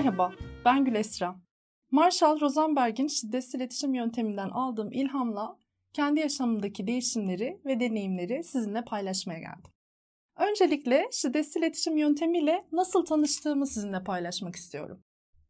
Merhaba, ben Gül Esra. Marshall Rosenberg'in şiddetsiz iletişim yönteminden aldığım ilhamla kendi yaşamımdaki değişimleri ve deneyimleri sizinle paylaşmaya geldim. Öncelikle şiddetsiz iletişim yöntemiyle nasıl tanıştığımı sizinle paylaşmak istiyorum.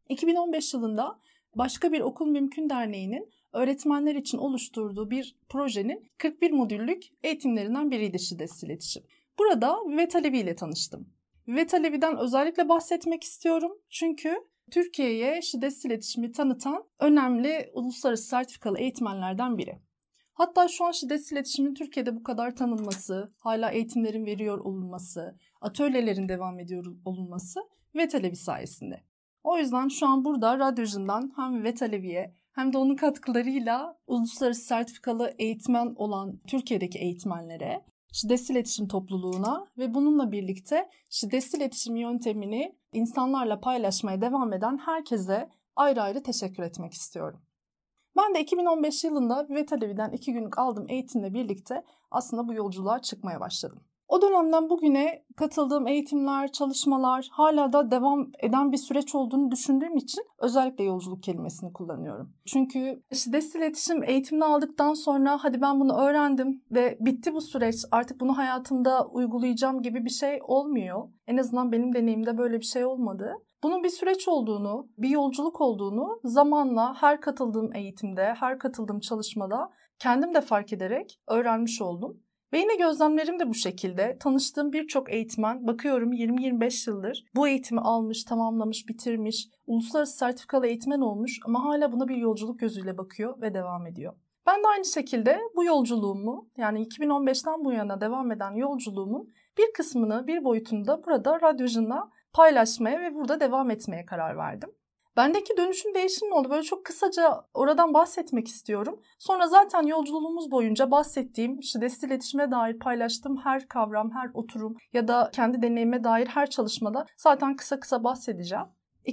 2015 yılında başka bir Okul Mümkün Derneği'nin öğretmenler için oluşturduğu bir projenin 41 modüllük eğitimlerinden biriydi şiddetsiz iletişim. Burada Vivet Alevi ile tanıştım. Vivet Alevi'den özellikle bahsetmek istiyorum çünkü Türkiye'ye şiddetsiz iletişimi tanıtan önemli uluslararası sertifikalı eğitmenlerden biri. Hatta şu an şiddetsiz iletişimin Türkiye'de bu kadar tanınması, hala eğitimlerin veriyor olunması, atölyelerin devam ediyor olunması Vivet Alevi sayesinde. O yüzden şu an burada Radyocu'ndan hem Vivet Alevi'ye hem de onun katkılarıyla uluslararası sertifikalı eğitmen olan Türkiye'deki eğitmenlere, şiddetsiz iletişim topluluğuna ve bununla birlikte şiddetsiz iletişim yöntemini insanlarla paylaşmaya devam eden herkese ayrı ayrı teşekkür etmek istiyorum. Ben de 2015 yılında Vivet Alevi'den 2 günlük aldığım eğitimle birlikte aslında bu yolculuğa çıkmaya başladım. O dönemden bugüne katıldığım eğitimler, çalışmalar hala da devam eden bir süreç olduğunu düşündüğüm için özellikle yolculuk kelimesini kullanıyorum. Çünkü şiddetsiz iletişim eğitimini aldıktan sonra hadi ben bunu öğrendim ve bitti bu süreç, artık bunu hayatımda uygulayacağım gibi bir şey olmuyor. En azından benim deneyimde böyle bir şey olmadı. Bunun bir süreç olduğunu, bir yolculuk olduğunu zamanla her katıldığım eğitimde, her katıldığım çalışmada kendim de fark ederek öğrenmiş oldum. Ve yine gözlemlerim de bu şekilde. Tanıştığım birçok eğitmen, bakıyorum 20-25 yıldır bu eğitimi almış, tamamlamış, bitirmiş, uluslararası sertifikalı eğitmen olmuş ama hala buna bir yolculuk gözüyle bakıyor ve devam ediyor. Ben de aynı şekilde bu yolculuğumu, yani 2015'ten bu yana devam eden yolculuğumun bir kısmını, bir boyutunu da burada Radyocu'na paylaşmaya ve burada devam etmeye karar verdim. Bendeki dönüşüm değişimi oldu. Böyle çok kısaca oradan bahsetmek istiyorum. Sonra zaten yolculuğumuz boyunca bahsettiğim, şiddetsiz iletişime dair paylaştığım her kavram, her oturum ya da kendi deneyime dair her çalışmada zaten kısa kısa bahsedeceğim.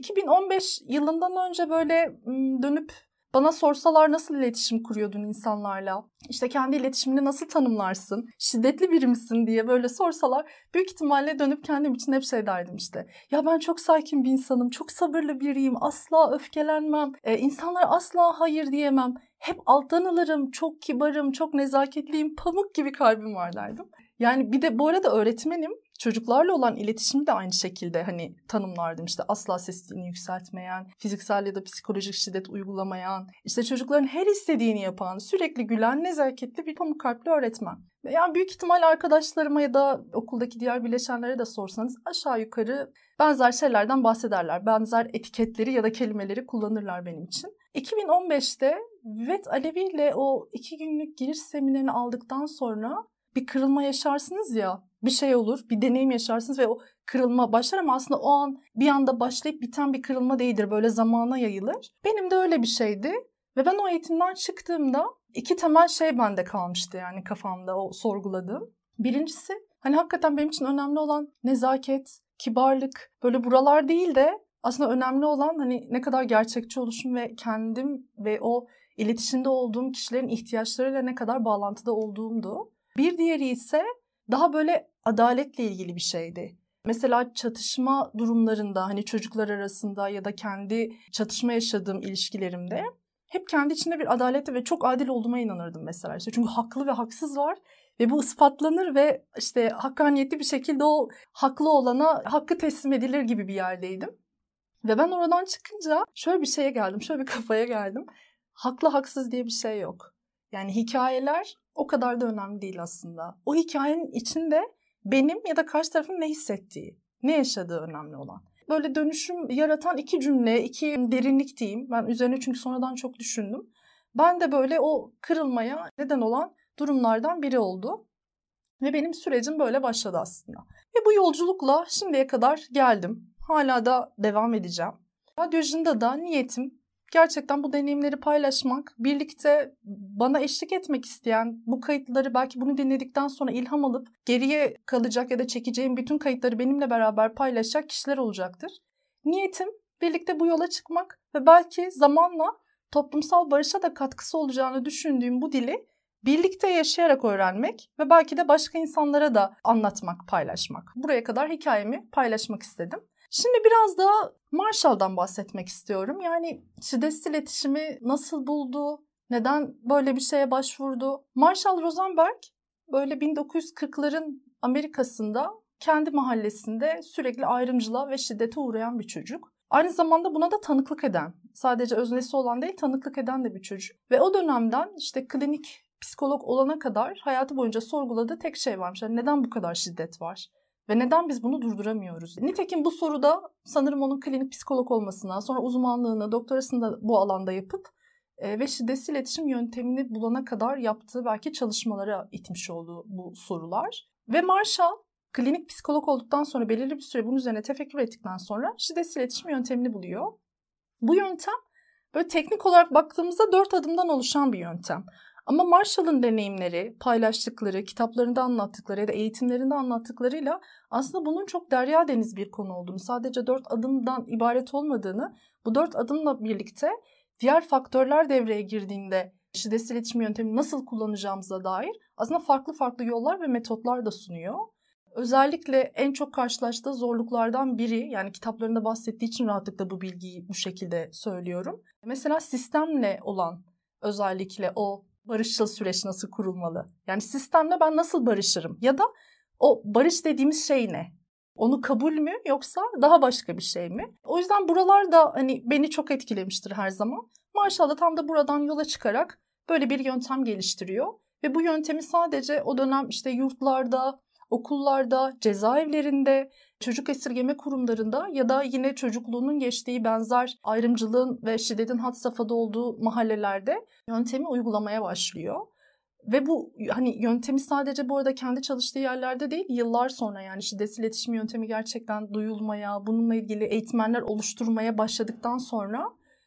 2015 yılından önce böyle dönüp bana sorsalar nasıl iletişim kuruyordun insanlarla, İşte kendi iletişimini nasıl tanımlarsın, şiddetli biri misin diye böyle sorsalar büyük ihtimalle dönüp kendim için hep şey derdim işte. Ya ben çok sakin bir insanım, çok sabırlı biriyim, asla öfkelenmem, insanlara asla hayır diyemem, hep alttan alırım, çok kibarım, çok nezaketliyim, pamuk gibi kalbim var derdim. Yani bir de bu arada öğretmenim. Çocuklarla olan iletişimi de aynı şekilde tanımlardım. İşte asla sesini yükseltmeyen, fiziksel ya da psikolojik şiddet uygulamayan, işte çocukların her istediğini yapan, sürekli gülen, nezaketli bir pamuk kalpli öğretmen. Yani büyük ihtimal arkadaşlarıma ya da okuldaki diğer bileşenlere de sorsanız aşağı yukarı benzer şeylerden bahsederler. Benzer etiketleri ya da kelimeleri kullanırlar benim için. 2015'te Vivet Alevi ile o 2 günlük giriş seminerini aldıktan sonra bir kırılma yaşarsınız ya, bir şey olur, bir deneyim yaşarsınız ve o kırılma başlar ama aslında o an bir anda başlayıp biten bir kırılma değildir, böyle zamana yayılır. Benim de öyle bir şeydi ve ben o eğitimden çıktığımda 2 temel şey bende kalmıştı yani kafamda o sorguladığım. Birincisi hakikaten benim için önemli olan nezaket, kibarlık, böyle buralar değil de aslında önemli olan ne kadar gerçekçi oluşum ve kendim ve o iletişimde olduğum kişilerin ihtiyaçlarıyla ne kadar bağlantıda olduğumdu. Bir diğeri ise daha böyle adaletle ilgili bir şeydi. Mesela çatışma durumlarında çocuklar arasında ya da kendi çatışma yaşadığım ilişkilerimde hep kendi içinde bir adaletle ve çok adil olduğuma inanırdım mesela. İşte çünkü haklı ve haksız var ve bu ispatlanır ve işte hakkaniyetli bir şekilde o haklı olana hakkı teslim edilir gibi bir yerdeydim. Ve ben oradan çıkınca şöyle bir şeye geldim, şöyle bir kafaya geldim. Haklı haksız diye bir şey yok. Yani hikayeler o kadar da önemli değil aslında. O hikayenin içinde benim ya da karşı tarafın ne hissettiği, ne yaşadığı önemli olan. Böyle dönüşüm yaratan 2 cümle, 2 derinlik diyeyim. Ben üzerine çünkü sonradan çok düşündüm. Ben de böyle o kırılmaya neden olan durumlardan biri oldu. Ve benim sürecim böyle başladı aslında. Ve bu yolculukla şimdiye kadar geldim. Hala da devam edeceğim. Radyocu'nda da niyetim gerçekten bu deneyimleri paylaşmak, birlikte bana eşlik etmek isteyen, bu kayıtları belki bunu dinledikten sonra ilham alıp geriye kalacak ya da çekeceğim bütün kayıtları benimle beraber paylaşacak kişiler olacaktır. Niyetim birlikte bu yola çıkmak ve belki zamanla toplumsal barışa da katkısı olacağını düşündüğüm bu dili birlikte yaşayarak öğrenmek ve belki de başka insanlara da anlatmak, paylaşmak. Buraya kadar hikayemi paylaşmak istedim. Şimdi biraz daha Marshall'dan bahsetmek istiyorum. Yani şiddetsiz iletişimi nasıl buldu, neden böyle bir şeye başvurdu? Marshall Rosenberg böyle 1940'ların Amerika'sında kendi mahallesinde sürekli ayrımcılığa ve şiddete uğrayan bir çocuk. Aynı zamanda buna da tanıklık eden, sadece öznesi olan değil tanıklık eden de bir çocuk. Ve o dönemden işte klinik psikolog olana kadar hayatı boyunca sorguladığı tek şey varmış. Yani neden bu kadar şiddet var? Ve neden biz bunu durduramıyoruz? Nitekim bu soruda sanırım onun klinik psikolog olmasına, sonra uzmanlığını, doktorasını da bu alanda yapıp ve şiddetsiz iletişim yöntemini bulana kadar yaptığı belki çalışmalara itmiş olduğu bu sorular. Ve Marshall klinik psikolog olduktan sonra belirli bir süre bunun üzerine tefekkür ettikten sonra şiddetsiz iletişim yöntemini buluyor. Bu yöntem böyle teknik olarak baktığımızda 4 adımdan oluşan bir yöntem. Ama Marshall'ın deneyimleri, paylaştıkları, kitaplarında anlattıkları ya da eğitimlerinde anlattıklarıyla aslında bunun çok derya deniz bir konu olduğunu, sadece 4 adımdan ibaret olmadığını, bu 4 adımla birlikte diğer faktörler devreye girdiğinde şiddetsiz iletişim yöntemini nasıl kullanacağımıza dair aslında farklı yollar ve metotlar da sunuyor. Özellikle en çok karşılaştığı zorluklardan biri, yani kitaplarında bahsettiği için rahatlıkla bu bilgiyi bu şekilde söylüyorum. Mesela sistemle olan özellikle o barışçıl süreç nasıl kurulmalı? Yani sistemle ben nasıl barışırım? Ya da o barış dediğimiz şey ne? Onu kabul mü yoksa daha başka bir şey mi? O yüzden buralar da hani beni çok etkilemiştir her zaman. Marshall da tam da buradan yola çıkarak böyle bir yöntem geliştiriyor. Ve bu yöntemi sadece o dönem işte yurtlarda, okullarda, cezaevlerinde, çocuk esirgeme kurumlarında ya da yine çocukluğunun geçtiği benzer ayrımcılığın ve şiddetin had safhada olduğu mahallelerde yöntemi uygulamaya başlıyor. Ve bu hani yöntemi sadece bu arada kendi çalıştığı yerlerde değil, yıllar sonra yani şiddetsiz iletişim yöntemi gerçekten duyulmaya, bununla ilgili eğitmenler oluşturmaya başladıktan sonra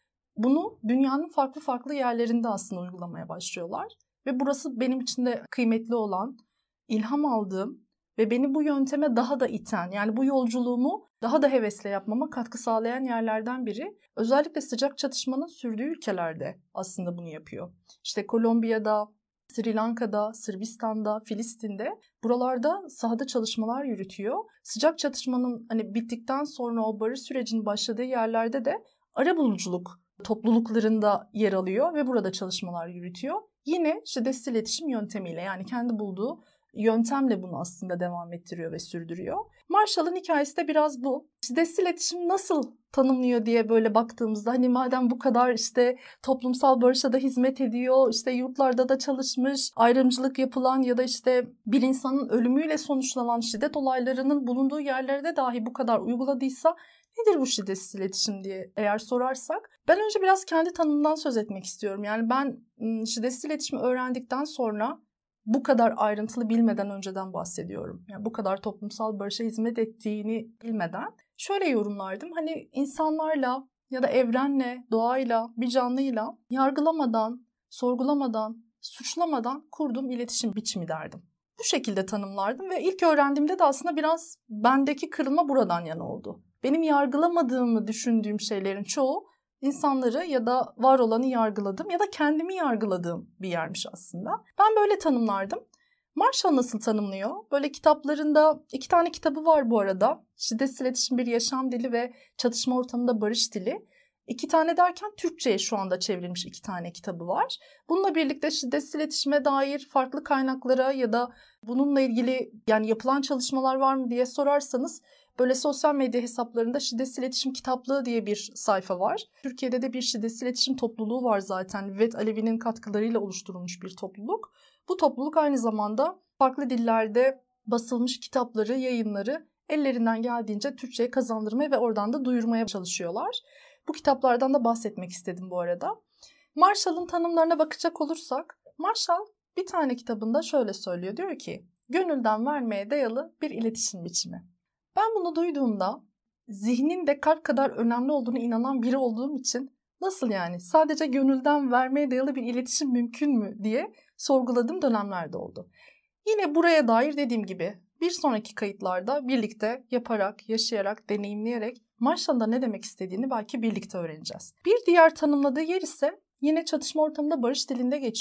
bunu dünyanın farklı yerlerinde aslında uygulamaya başlıyorlar. Ve burası benim için de kıymetli olan, ilham aldığım ve beni bu yönteme daha da iten, yani bu yolculuğumu daha da hevesle yapmama katkı sağlayan yerlerden biri. Özellikle sıcak çatışmanın sürdüğü ülkelerde aslında bunu yapıyor. İşte Kolombiya'da, Sri Lanka'da, Sırbistan'da, Filistin'de buralarda sahada çalışmalar yürütüyor. Sıcak çatışmanın hani bittikten sonra o barış sürecinin başladığı yerlerde de arabuluculuk topluluklarında yer alıyor ve burada çalışmalar yürütüyor. Yine şiddetsiz iletişim yöntemiyle, yani kendi bulduğu yöntemle bunu aslında devam ettiriyor ve sürdürüyor. Marshall'ın hikayesi de biraz bu. Şiddetsiz iletişim nasıl tanımlıyor diye böyle baktığımızda hani madem bu kadar işte toplumsal barışa da hizmet ediyor, işte yurtlarda da çalışmış, ayrımcılık yapılan ya da işte bir insanın ölümüyle sonuçlanan şiddet olaylarının bulunduğu yerlerde dahi bu kadar uyguladıysa nedir bu şiddetsiz iletişim diye eğer sorarsak, ben önce biraz kendi tanımımdan söz etmek istiyorum. Yani ben şiddetsiz iletişimi öğrendikten sonra bu kadar ayrıntılı bilmeden önceden bahsediyorum. Yani bu kadar toplumsal barışa hizmet ettiğini bilmeden şöyle yorumlardım. Hani insanlarla ya da evrenle, doğayla, bir canlıyla yargılamadan, sorgulamadan, suçlamadan kurduğum iletişim biçimi derdim. Bu şekilde tanımlardım ve ilk öğrendiğimde de aslında biraz bendeki kırılma buradan yana oldu. Benim yargılamadığımı düşündüğüm şeylerin çoğu insanları ya da var olanı yargıladığım ya da kendimi yargıladığım bir yermiş aslında. Ben böyle tanımlardım. Marshall nasıl tanımlıyor? Böyle kitaplarında 2 tane kitabı var bu arada. Şiddetsiz iletişim bir yaşam dili ve çatışma ortamında barış dili. 2 tane derken Türkçe'ye şu anda çevrilmiş 2 tane kitabı var. Bununla birlikte şiddetsiz iletişime dair farklı kaynaklara ya da bununla ilgili yani yapılan çalışmalar var mı diye sorarsanız böyle sosyal medya hesaplarında şiddetsiz iletişim kitaplığı diye bir sayfa var. Türkiye'de de bir şiddetsiz iletişim topluluğu var zaten. Vivet Alevi'nin katkılarıyla oluşturulmuş bir topluluk. Bu topluluk aynı zamanda farklı dillerde basılmış kitapları, yayınları ellerinden geldiğince Türkçe'ye kazandırmaya ve oradan da duyurmaya çalışıyorlar. Bu kitaplardan da bahsetmek istedim bu arada. Marshall'ın tanımlarına bakacak olursak, Marshall bir tane kitabında şöyle söylüyor. Diyor ki, gönülden vermeye dayalı bir iletişim biçimi. Ben bunu duyduğumda zihnin de kalp kadar önemli olduğunu inanan biri olduğum için nasıl yani sadece gönülden vermeye dayalı bir iletişim mümkün mü diye sorguladığım dönemlerde oldu. Yine buraya dair dediğim gibi bir sonraki kayıtlarda birlikte yaparak, yaşayarak, deneyimleyerek Marshall'ın da ne demek istediğini belki birlikte öğreneceğiz. Bir diğer tanımladığı yer ise yine çatışma ortamında barış dilinde geçiyor.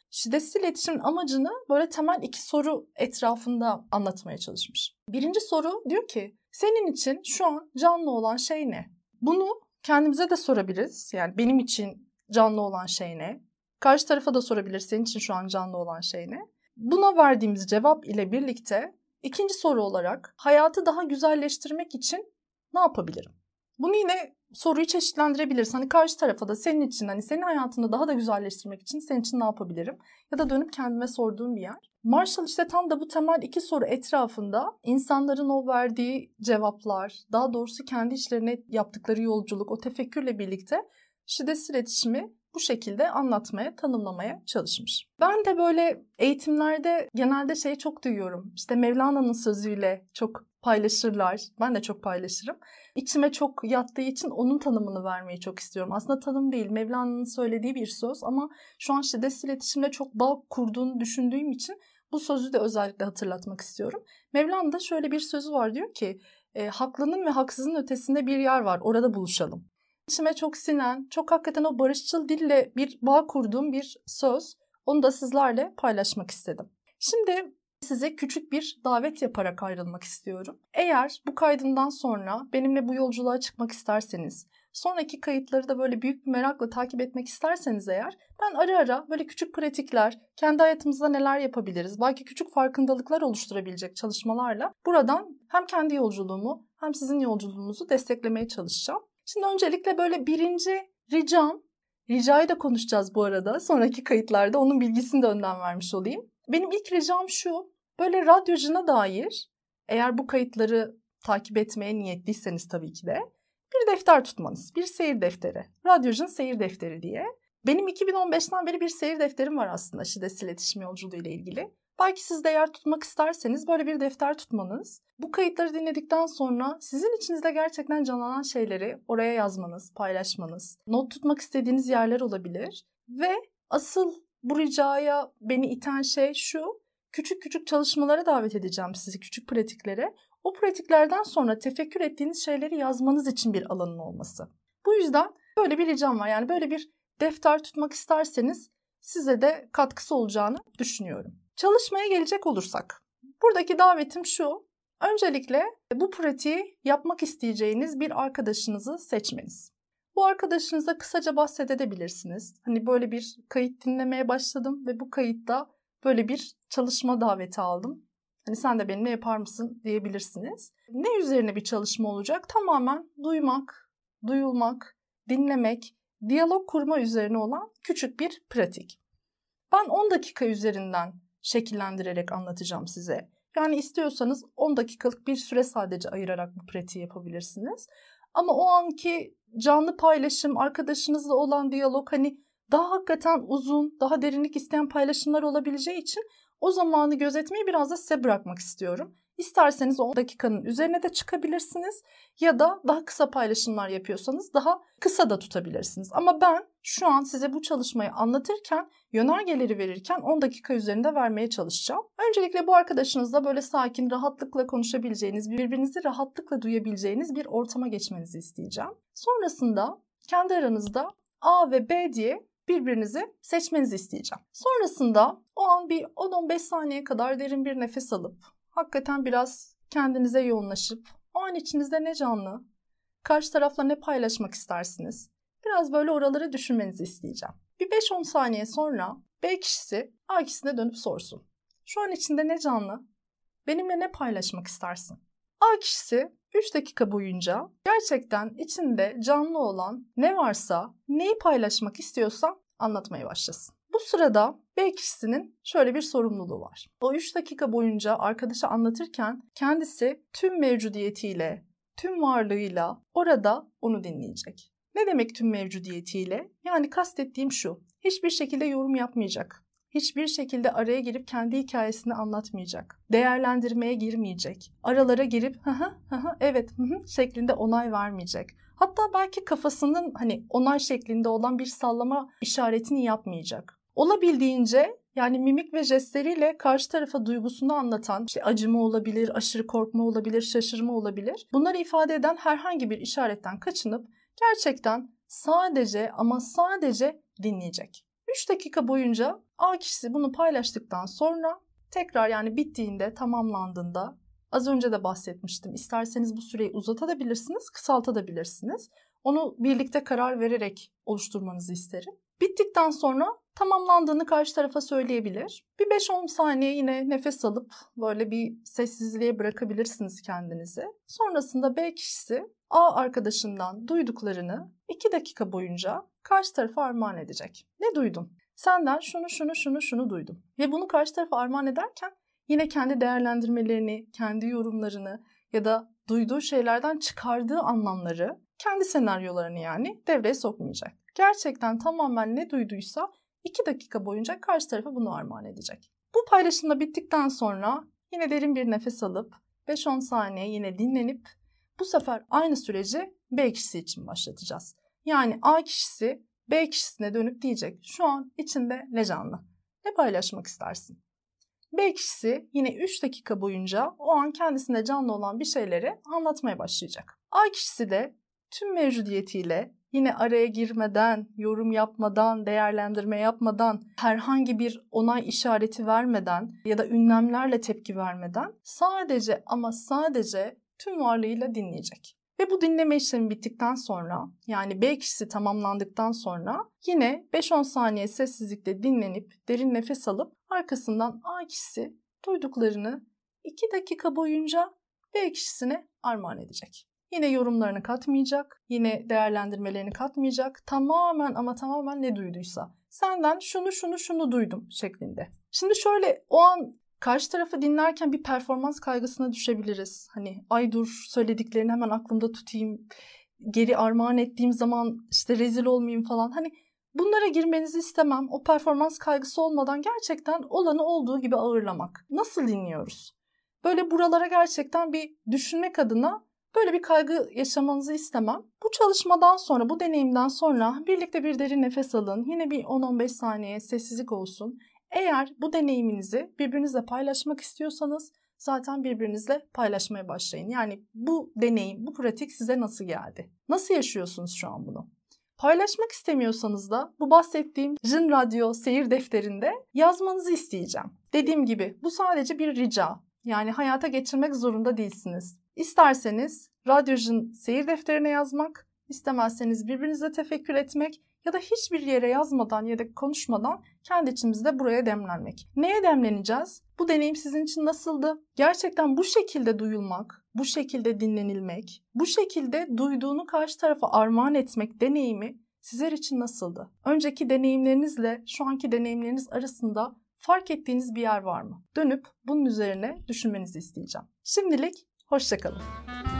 şiddetsiz iletişimin amacını böyle temel 2 soru etrafında anlatmaya çalışmış. Birinci soru diyor ki, senin için şu an canlı olan şey ne? Bunu kendimize de sorabiliriz. Yani benim için canlı olan şey ne? Karşı tarafa da sorabilir, senin için şu an canlı olan şey ne? Buna verdiğimiz cevap ile birlikte ikinci soru olarak hayatı daha güzelleştirmek için ne yapabilirim? Bunu yine soruyu çeşitlendirebiliriz. Hani karşı tarafa da senin için, hani senin hayatını daha da güzelleştirmek için senin için ne yapabilirim? Ya da dönüp kendime sorduğum bir yer. Marshall işte tam da bu temel 2 soru etrafında insanların o verdiği cevaplar, daha doğrusu kendi içlerine yaptıkları yolculuk, o tefekkürle birlikte şiddetsiz iletişimi bu şekilde anlatmaya, tanımlamaya çalışmış. Ben de böyle eğitimlerde genelde şeyi çok duyuyorum. İşte Mevlana'nın sözüyle çok paylaşırlar. Ben de çok paylaşırım. İçime çok yattığı için onun tanımını vermeyi çok istiyorum. Aslında tanım değil, Mevlana'nın söylediği bir söz ama şu an şiddetsiz iletişimle çok bağ kurduğunu düşündüğüm için bu sözü de özellikle hatırlatmak istiyorum. Mevlana'da şöyle bir sözü var, diyor ki, haklının ve haksızın ötesinde bir yer var, orada buluşalım. İçime çok sinen, çok hakikaten o barışçıl dille bir bağ kurduğum bir söz. Onu da sizlerle paylaşmak istedim. Şimdi size küçük bir davet yaparak ayrılmak istiyorum. Eğer bu kaydından sonra benimle bu yolculuğa çıkmak isterseniz, sonraki kayıtları da böyle büyük bir merakla takip etmek isterseniz eğer, ben ara ara böyle küçük pratikler, kendi hayatımızda neler yapabiliriz, belki küçük farkındalıklar oluşturabilecek çalışmalarla buradan hem kendi yolculuğumu hem sizin yolculuğunuzu desteklemeye çalışacağım. Şimdi öncelikle böyle birinci ricayı da konuşacağız bu arada. Sonraki kayıtlarda onun bilgisini de önden vermiş olayım. Benim ilk ricam şu, böyle radyocuna dair, eğer bu kayıtları takip etmeye niyetliyseniz tabii ki de, bir defter tutmanız, bir seyir defteri. Radyocun seyir defteri diye. Benim 2015'ten beri bir seyir defterim var aslında şiddetsiz iletişim yolculuğu ile ilgili. Belki siz de eğer tutmak isterseniz böyle bir defter tutmanız, bu kayıtları dinledikten sonra sizin içinizde gerçekten canlanan şeyleri oraya yazmanız, paylaşmanız, not tutmak istediğiniz yerler olabilir. Ve asıl bu ricaya beni iten şey şu, küçük küçük çalışmalara davet edeceğim sizi, küçük pratiklere. O pratiklerden sonra tefekkür ettiğiniz şeyleri yazmanız için bir alanın olması. Bu yüzden böyle bir ricam var. Yani böyle bir defter tutmak isterseniz size de katkısı olacağını düşünüyorum. Çalışmaya gelecek olursak, buradaki davetim şu, öncelikle bu pratiği yapmak isteyeceğiniz bir arkadaşınızı seçmeniz. Bu arkadaşınıza kısaca bahsedebilirsiniz. Hani böyle bir kayıt dinlemeye başladım ve bu kayıtta böyle bir çalışma daveti aldım. Hani sen de benimle yapar mısın diyebilirsiniz. Ne üzerine bir çalışma olacak? Tamamen duymak, duyulmak, dinlemek, diyalog kurma üzerine olan küçük bir pratik. Ben 10 dakika üzerinden şekillendirerek anlatacağım size. Yani istiyorsanız 10 dakikalık bir süre sadece ayırarak bu pratiği yapabilirsiniz. Ama o anki canlı paylaşım, arkadaşınızla olan diyalog hani daha hakikaten uzun, daha derinlik isteyen paylaşımlar olabileceği için o zamanı gözetmeyi biraz da size bırakmak istiyorum. İsterseniz 10 dakikanın üzerine de çıkabilirsiniz ya da daha kısa paylaşımlar yapıyorsanız daha kısa da tutabilirsiniz. Ama ben şu an size bu çalışmayı anlatırken, yönergeleri verirken 10 dakika üzerinde vermeye çalışacağım. Öncelikle bu arkadaşınızla böyle sakin, rahatlıkla konuşabileceğiniz, birbirinizi rahatlıkla duyabileceğiniz bir ortama geçmenizi isteyeceğim. Sonrasında kendi aranızda A ve B diye birbirinizi seçmenizi isteyeceğim. Sonrasında o an bir 10-15 saniye kadar derin bir nefes alıp, hakikaten biraz kendinize yoğunlaşıp, o an içinizde ne canlı, karşı tarafla ne paylaşmak istersiniz, biraz böyle oraları düşünmenizi isteyeceğim. Bir 5-10 saniye sonra B kişisi A kişisine dönüp sorsun. Şu an içinde ne canlı, benimle ne paylaşmak istersin? A kişisi 3 dakika boyunca gerçekten içinde canlı olan ne varsa, neyi paylaşmak istiyorsa anlatmaya başlasın. Bu sırada B kişisinin şöyle bir sorumluluğu var. O 3 dakika boyunca arkadaşa anlatırken kendisi tüm mevcudiyetiyle, tüm varlığıyla orada onu dinleyecek. Ne demek tüm mevcudiyetiyle? Yani kastettiğim şu, hiçbir şekilde yorum yapmayacak. Hiçbir şekilde araya girip kendi hikayesini anlatmayacak. Değerlendirmeye girmeyecek. Aralara girip evet şeklinde onay vermeyecek. Hatta belki kafasının hani onay şeklinde olan bir sallama işaretini yapmayacak. Olabildiğince yani mimik ve jestleriyle karşı tarafa duygusunu anlatan, acıma olabilir, aşırı korkma olabilir, şaşırma olabilir. Bunları ifade eden herhangi bir işaretten kaçınıp gerçekten sadece ama sadece dinleyecek. 3 dakika boyunca A kişisi bunu paylaştıktan sonra tekrar, yani bittiğinde, tamamlandığında, az önce de bahsetmiştim, İsterseniz bu süreyi uzatabilirsiniz, kısaltabilirsiniz. Onu birlikte karar vererek oluşturmanızı isterim. Bittikten sonra tamamlandığını karşı tarafa söyleyebilir. Bir 5-10 saniye yine nefes alıp böyle bir sessizliğe bırakabilirsiniz kendinizi. Sonrasında B kişisi A arkadaşından duyduklarını 2 dakika boyunca karşı tarafa armağan edecek. Ne duydum? Senden şunu duydum. Ve bunu karşı tarafa armağan ederken yine kendi değerlendirmelerini, kendi yorumlarını ya da duyduğu şeylerden çıkardığı anlamları, kendi senaryolarını yani devreye sokmayacak. Gerçekten tamamen ne duyduysa 2 dakika boyunca karşı tarafa bunu armağan edecek. Bu paylaşım da bittikten sonra yine derin bir nefes alıp 5-10 saniye yine dinlenip bu sefer aynı süreci B kişisi için başlatacağız. Yani A kişisi B kişisine dönüp diyecek, şu an içinde ne canlı? Ne paylaşmak istersin? B kişisi yine 3 dakika boyunca o an kendisinde canlı olan bir şeyleri anlatmaya başlayacak. A kişisi de tüm mevcudiyetiyle yine araya girmeden, yorum yapmadan, değerlendirme yapmadan, herhangi bir onay işareti vermeden ya da ünlemlerle tepki vermeden sadece ama sadece tüm varlığıyla dinleyecek. Ve bu dinleme işlemi bittikten sonra, yani B kişisi tamamlandıktan sonra yine 5-10 saniye sessizlikle dinlenip derin nefes alıp arkasından A kişisi duyduklarını 2 dakika boyunca B kişisine armağan edecek. Yine yorumlarını katmayacak, yine değerlendirmelerini katmayacak. Tamamen ama tamamen ne duyduysa. Senden şunu duydum şeklinde. Şimdi şöyle, o an karşı tarafı dinlerken bir performans kaygısına düşebiliriz. Hani ay dur, söylediklerini hemen aklımda tutayım, geri armağan ettiğim zaman işte rezil olmayayım falan. Hani bunlara girmenizi istemem. O performans kaygısı olmadan gerçekten olanı olduğu gibi ağırlamak. Nasıl dinliyoruz? Böyle buralara gerçekten bir düşünmek adına böyle bir kaygı yaşamanızı istemem. Bu çalışmadan sonra, bu deneyimden sonra birlikte bir derin nefes alın. Yine bir 10-15 saniye sessizlik olsun. Eğer bu deneyiminizi birbirinizle paylaşmak istiyorsanız zaten birbirinizle paylaşmaya başlayın. Yani bu deneyim, bu pratik size nasıl geldi? Nasıl yaşıyorsunuz şu an bunu? Paylaşmak istemiyorsanız da bu bahsettiğim Jin Radyo seyir defterinde yazmanızı isteyeceğim. Dediğim gibi bu sadece bir rica. Yani hayata geçirmek zorunda değilsiniz. İsterseniz Radyo Jin seyir defterine yazmak, istemezseniz birbirinize tefekkür etmek ya da hiçbir yere yazmadan ya da konuşmadan kendi içimizde buraya demlenmek. Neye demleneceğiz? Bu deneyim sizin için nasıldı? Gerçekten bu şekilde duyulmak, bu şekilde dinlenilmek, bu şekilde duyduğunu karşı tarafa armağan etmek deneyimi sizler için nasıldı? Önceki deneyimlerinizle şu anki deneyimleriniz arasında fark ettiğiniz bir yer var mı? Dönüp bunun üzerine düşünmenizi isteyeceğim. Şimdilik hoşça kalın.